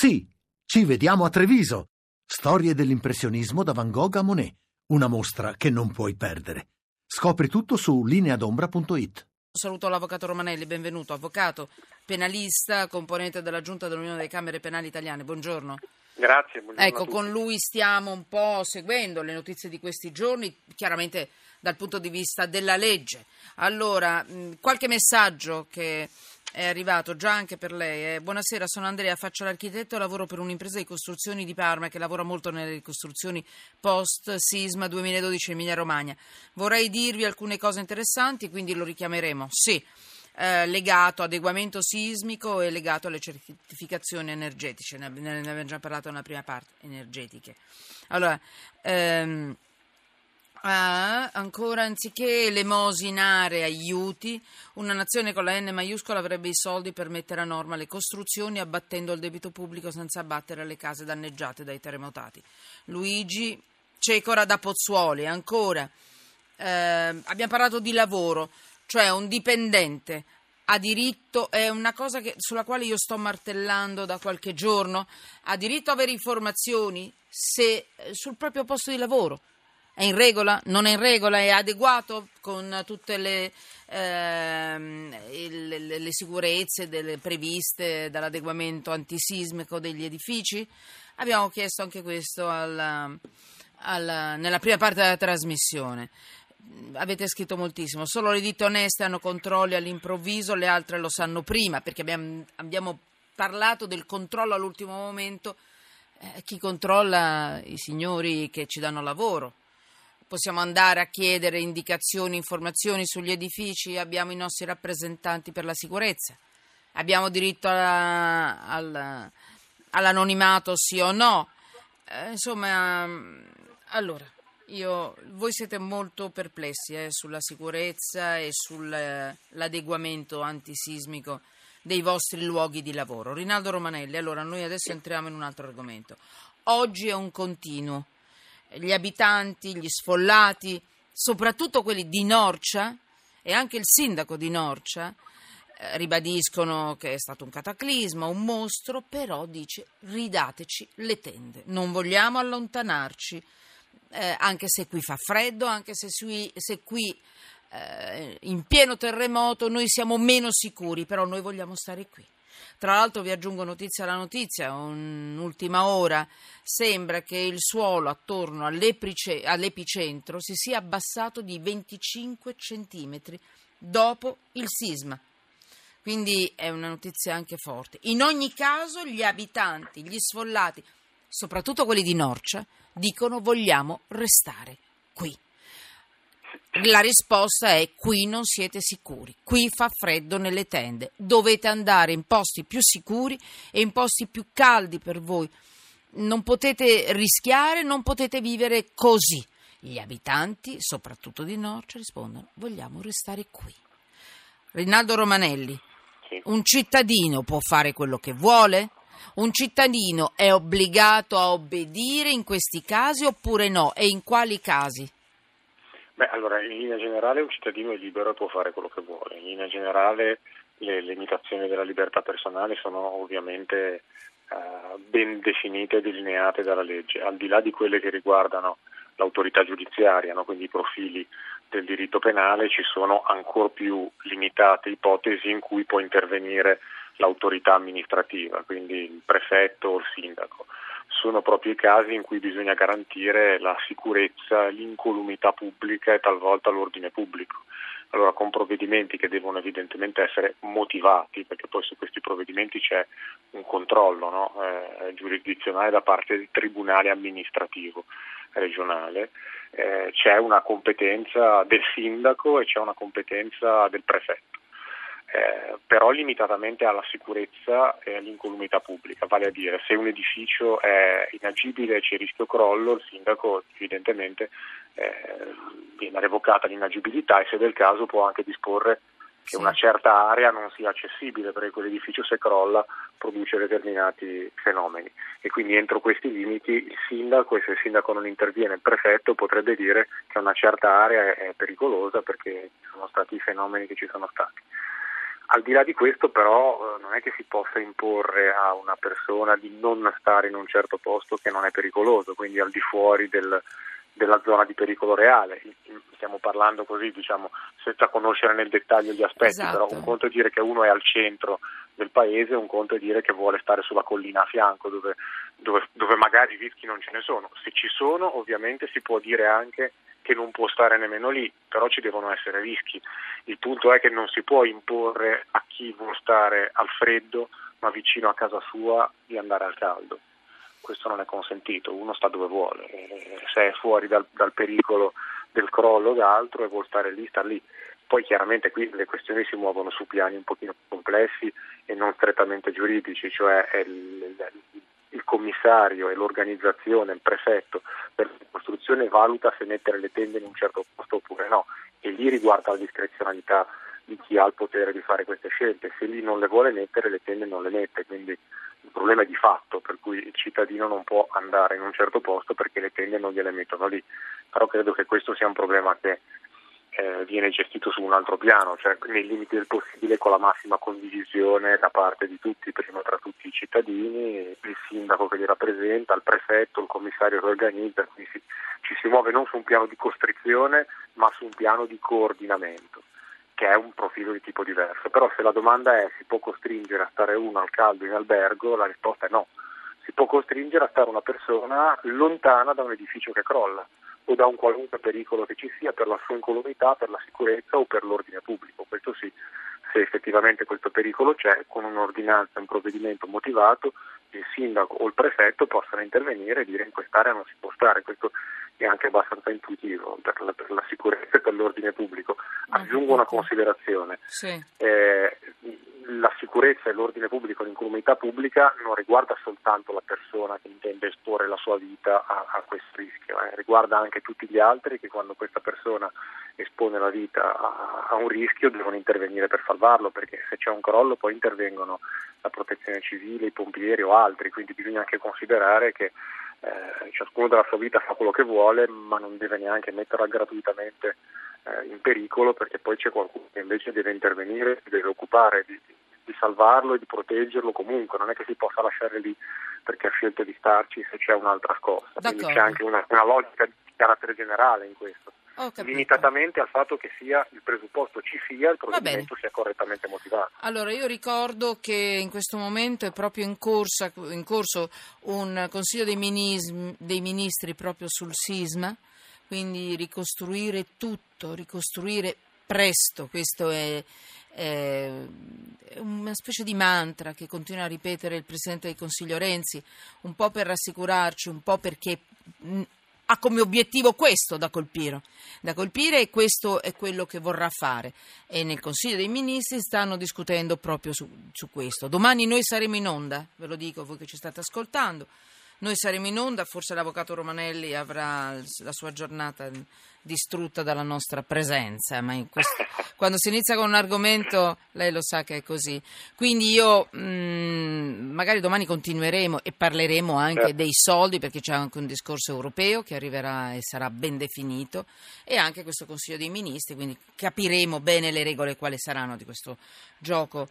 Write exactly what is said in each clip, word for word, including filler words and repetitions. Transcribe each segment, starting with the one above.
Sì, ci vediamo a Treviso. Storie dell'impressionismo da Van Gogh a Monet. Una mostra che non puoi perdere. Scopri tutto su lineadombra punto it. Saluto l'avvocato Romanelli, benvenuto. Avvocato, penalista, componente della Giunta dell'Unione delle Camere Penali Italiane. Buongiorno. Grazie, buongiorno Ecco, a tutti. con lui stiamo un po' seguendo le notizie di questi giorni, chiaramente dal punto di vista della legge. Allora, mh, qualche messaggio che è arrivato già anche per lei. Eh. Buonasera, sono Andrea, faccio l'architetto e lavoro per un'impresa di costruzioni di Parma che lavora molto nelle ricostruzioni post-sisma duemiladodici in Emilia-Romagna. Vorrei dirvi alcune cose interessanti, quindi lo richiameremo. Sì. Eh, legato adeguamento sismico e legato alle certificazioni energetiche, ne, ne abbiamo già parlato nella prima parte, energetiche. Allora, ehm, ah, ancora, anziché elemosinare aiuti, una nazione con la N maiuscola avrebbe i soldi per mettere a norma le costruzioni abbattendo il debito pubblico senza abbattere le case danneggiate dai terremotati. Luigi Cecora da Pozzuoli, ancora, eh, abbiamo parlato di lavoro. Cioè un dipendente ha diritto, è una cosa che, sulla quale io sto martellando da qualche giorno, ha diritto a avere informazioni se sul proprio posto di lavoro è in regola, non è in regola, è adeguato con tutte le, ehm, le, le sicurezze delle, previste dall'adeguamento antisismico degli edifici. Abbiamo chiesto anche questo alla, alla, nella prima parte della trasmissione. Avete scritto moltissimo, solo le ditte oneste hanno controlli all'improvviso, le altre lo sanno prima, perché abbiamo, abbiamo parlato del controllo all'ultimo momento. Eh, chi controlla? I signori che ci danno lavoro. Possiamo andare a chiedere indicazioni, informazioni sugli edifici, abbiamo i nostri rappresentanti per la sicurezza, abbiamo diritto alla, alla, all'anonimato sì o no, eh, insomma, allora Io, voi siete molto perplessi eh, sulla sicurezza e sull'adeguamento antisismico dei vostri luoghi di lavoro. Rinaldo Romanelli, allora noi adesso entriamo in un altro argomento. Oggi è un continuo. Gli abitanti, gli sfollati, soprattutto quelli di Norcia e anche il sindaco di Norcia, eh, ribadiscono che è stato un cataclisma, un mostro, però dice ridateci le tende, non vogliamo allontanarci. Eh, anche se qui fa freddo, anche se, sui, se qui eh, in pieno terremoto noi siamo meno sicuri, però noi vogliamo stare qui. Tra l'altro vi aggiungo notizia alla notizia, un'ultima ora, sembra che il suolo attorno all'epicentro si sia abbassato di venticinque centimetri dopo il sisma. Quindi è una notizia anche forte. In ogni caso gli abitanti, gli sfollati, soprattutto quelli di Norcia, dicono vogliamo restare qui. La risposta è qui non siete sicuri, qui fa freddo nelle tende, dovete andare in posti più sicuri e in posti più caldi per voi. Non potete rischiare, non potete vivere così. Gli abitanti, soprattutto di Norcia, rispondono vogliamo restare qui. Rinaldo Romanelli, un cittadino può fare quello che vuole? Un cittadino è obbligato a obbedire in questi casi oppure no? E in quali casi? Beh, allora, in linea generale un cittadino è libero e può fare quello che vuole. In linea generale le limitazioni della libertà personale sono ovviamente eh, ben definite e delineate dalla legge, al di là di quelle che riguardano l'autorità giudiziaria, no? Quindi i profili del diritto penale, ci sono ancor più limitate ipotesi in cui può intervenire l'autorità amministrativa, quindi il prefetto o il sindaco. Sono proprio i casi in cui bisogna garantire la sicurezza, l'incolumità pubblica e talvolta l'ordine pubblico. Allora, con provvedimenti che devono evidentemente essere motivati, perché poi su questi provvedimenti c'è un controllo, no? eh, giurisdizionale da parte del tribunale amministrativo regionale, eh, c'è una competenza del sindaco e c'è una competenza del prefetto. Eh, però limitatamente alla sicurezza e all'incolumità pubblica, vale a dire se un edificio è inagibile e c'è rischio crollo, il sindaco evidentemente eh, viene revocata l'inagibilità e se del caso può anche disporre che sì. una certa area non sia accessibile perché quell'edificio se crolla produce determinati fenomeni e quindi entro questi limiti il sindaco, e se il sindaco non interviene il prefetto potrebbe dire che una certa area è pericolosa perché ci sono stati i fenomeni che ci sono stati. Al di là di questo però non è che si possa imporre a una persona di non stare in un certo posto che non è pericoloso, quindi al di fuori del, della zona di pericolo reale. Stiamo parlando così, diciamo, senza conoscere nel dettaglio gli aspetti, esatto. Però un conto è dire che uno è al centro del paese, un conto è dire che vuole stare sulla collina a fianco dove, dove, dove magari rischi non ce ne sono. Se ci sono, ovviamente si può dire anche che non può stare nemmeno lì, però ci devono essere rischi. Il punto è che non si può imporre a chi vuole stare al freddo ma vicino a casa sua di andare al caldo. Questo non è consentito, uno sta dove vuole, se è fuori dal, dal pericolo del crollo o altro e vuole stare lì, sta lì. Poi chiaramente qui le questioni si muovono su piani un pochino più complessi e non strettamente giuridici, cioè è il, il, il commissario e l'organizzazione, il prefetto per la costruzione valuta se mettere le tende in un certo posto oppure no, e lì riguarda la discrezionalità di chi ha il potere di fare queste scelte. Se lì non le vuole mettere, le tende non le mette, quindi il problema è di fatto, per cui il cittadino non può andare in un certo posto perché le tende non gliele mettono lì. Però credo che questo sia un problema che eh, viene gestito su un altro piano, cioè nei limiti del possibile con la massima condivisione da parte di tutti, prima tra tutti i cittadini, il sindaco che li rappresenta, il prefetto, il commissario che organizza, quindi si, ci si muove non su un piano di costrizione ma su un piano di coordinamento, che è un profilo di tipo diverso. Però se la domanda è si può costringere a stare uno al caldo in albergo, la risposta è no. Si può costringere a stare una persona lontana da un edificio che crolla o da un qualunque pericolo che ci sia per la sua incolumità, per la sicurezza o per l'ordine pubblico. Questo sì, se effettivamente questo pericolo c'è, con un'ordinanza, un provvedimento motivato, il sindaco o il prefetto possono intervenire e dire in quest'area non si può stare. Questo è anche abbastanza intuitivo per la, per la sicurezza e per l'ordine pubblico. Aggiungo una considerazione. Sì. Eh, la sicurezza e l'ordine pubblico, l'incolumità pubblica non riguarda soltanto la persona che intende esporre la sua vita a, a questo rischio, eh. riguarda anche tutti gli altri che quando questa persona espone la vita a, a un rischio devono intervenire per salvarlo, perché se c'è un crollo poi intervengono la protezione civile, i pompieri o altri, quindi bisogna anche considerare che eh, ciascuno della sua vita fa quello che vuole, ma non deve neanche metterla gratuitamente eh, in pericolo, perché poi c'è qualcuno che invece deve intervenire, si deve occupare di, di salvarlo e di proteggerlo comunque, non è che si possa lasciare lì perché ha scelto di starci se c'è un'altra scossa. D'accordo. Quindi c'è anche una, una logica di carattere generale in questo. Limitatamente al fatto che sia il presupposto ci sia, il provvedimento sia correttamente motivato. Allora io ricordo che in questo momento è proprio in, corsa, in corso un Consiglio dei ministri, dei ministri proprio sul sisma, quindi ricostruire tutto, ricostruire presto, questo è, è una specie di mantra che continua a ripetere il Presidente del Consiglio Renzi, un po' per rassicurarci, un po' perché ha come obiettivo questo da colpire, da colpire e questo è quello che vorrà fare, e nel Consiglio dei Ministri stanno discutendo proprio su, su questo. Domani noi saremo in onda, ve lo dico voi che ci state ascoltando, noi saremo in onda, forse l'avvocato Romanelli avrà la sua giornata distrutta dalla nostra presenza, ma in questo, quando si inizia con un argomento lei lo sa che è così, quindi io mh, magari domani continueremo e parleremo anche dei soldi, perché c'è anche un discorso europeo che arriverà e sarà ben definito, e anche questo Consiglio dei Ministri, quindi capiremo bene le regole quali saranno di questo gioco,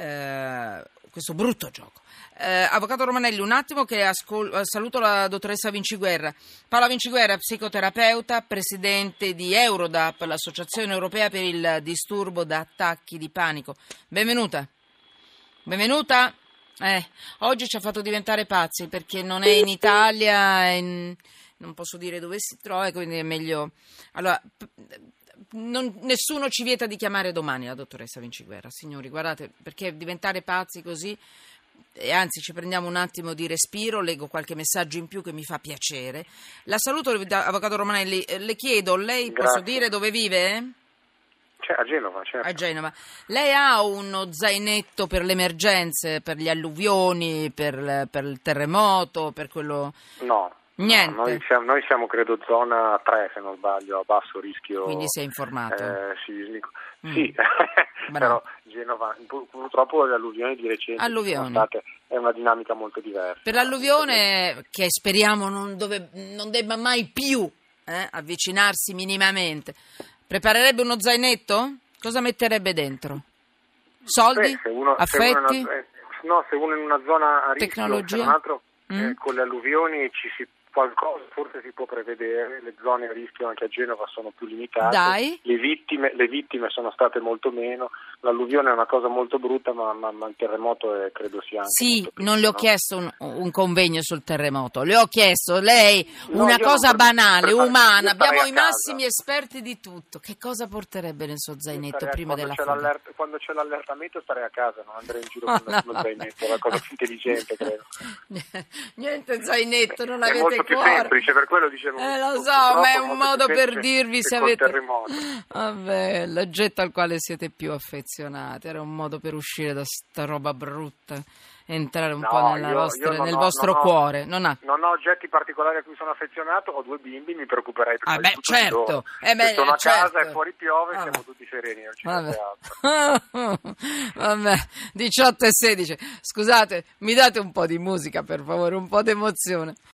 eh, questo brutto gioco. Eh, avvocato Romanelli, un attimo che ascol- saluto la dottoressa Vinciguerra. Paola Vinciguerra, psicoterapeuta, presidente di Eurodap, l'associazione europea per il disturbo da attacchi di panico. Benvenuta. Benvenuta. Eh, oggi ci ha fatto diventare pazzi perché non è in Italia, è in... non posso dire dove si trova, quindi è meglio... Allora... Non, nessuno ci vieta di chiamare domani la dottoressa Vinciguerra, signori, guardate, perché diventare pazzi così, e anzi ci prendiamo un attimo di respiro, leggo qualche messaggio in più che mi fa piacere. La saluto, avvocato Romanelli, le chiedo, lei Grazie. Posso dire dove vive? Cioè, a Genova, certo. A Genova. Lei ha uno zainetto per le emergenze, per gli alluvioni, per, per il terremoto, per quello... No. Niente. No, noi, siamo, noi siamo credo zona tre, se non sbaglio, a basso rischio. Quindi sei informato. Eh, sismico. Mm. Sì, però Genova, purtroppo le alluvioni di recente alluvioni. sono state, è una dinamica molto diversa. Per l'alluvione, che speriamo non, dove, non debba mai più eh, avvicinarsi minimamente, preparerebbe uno zainetto? Cosa metterebbe dentro? Soldi? Beh, se uno, Affetti? Se uno è una, no, se uno è in una zona a rischio, Tecnologia? tra l'altro Mm. eh, con le alluvioni ci si qualcosa forse si può prevedere, le zone a rischio anche a Genova sono più limitate, Dai. Le, vittime, le vittime sono state molto meno, l'alluvione è una cosa molto brutta, ma, ma, ma il terremoto è, credo sia anche Sì, molto piccolo, non le ho no? chiesto un, un convegno sul terremoto, le ho chiesto lei No, una io cosa non per- banale, per fare- umana, io abbiamo starei i a casa. massimi esperti di tutto. Che cosa porterebbe nel suo zainetto Starei a- prima quando della c'è fuga? l'allert- quando c'è l'allertamento starei a casa, non andrei in giro con lo con lo zainetto, è la cosa più intelligente, credo. Niente zainetto, non È avete molto più cuore. semplice, per quello dicevo. Eh, lo so, purtroppo ma è è un molto modo più per semplice dirvi se che col avete... terremoto. Vabbè, l'oggetto al quale siete più affezionati, era un modo per uscire da sta roba brutta, entrare un No, po' nella io- vostra- io non nel ho- vostro non ho- cuore. Non ha... Non ho oggetti particolari a cui sono affezionato, ho due bimbi, mi preoccuperei prima Ah, di beh, tutto di certo. loro. Eh, beh, Se sono a certo. casa e fuori piove, Ah, siamo beh. tutti sereni, non ci Vabbè. serve altro. Vabbè, diciotto e sedici. Scusate, mi date un po' di musica, per favore, un po' d'emozione.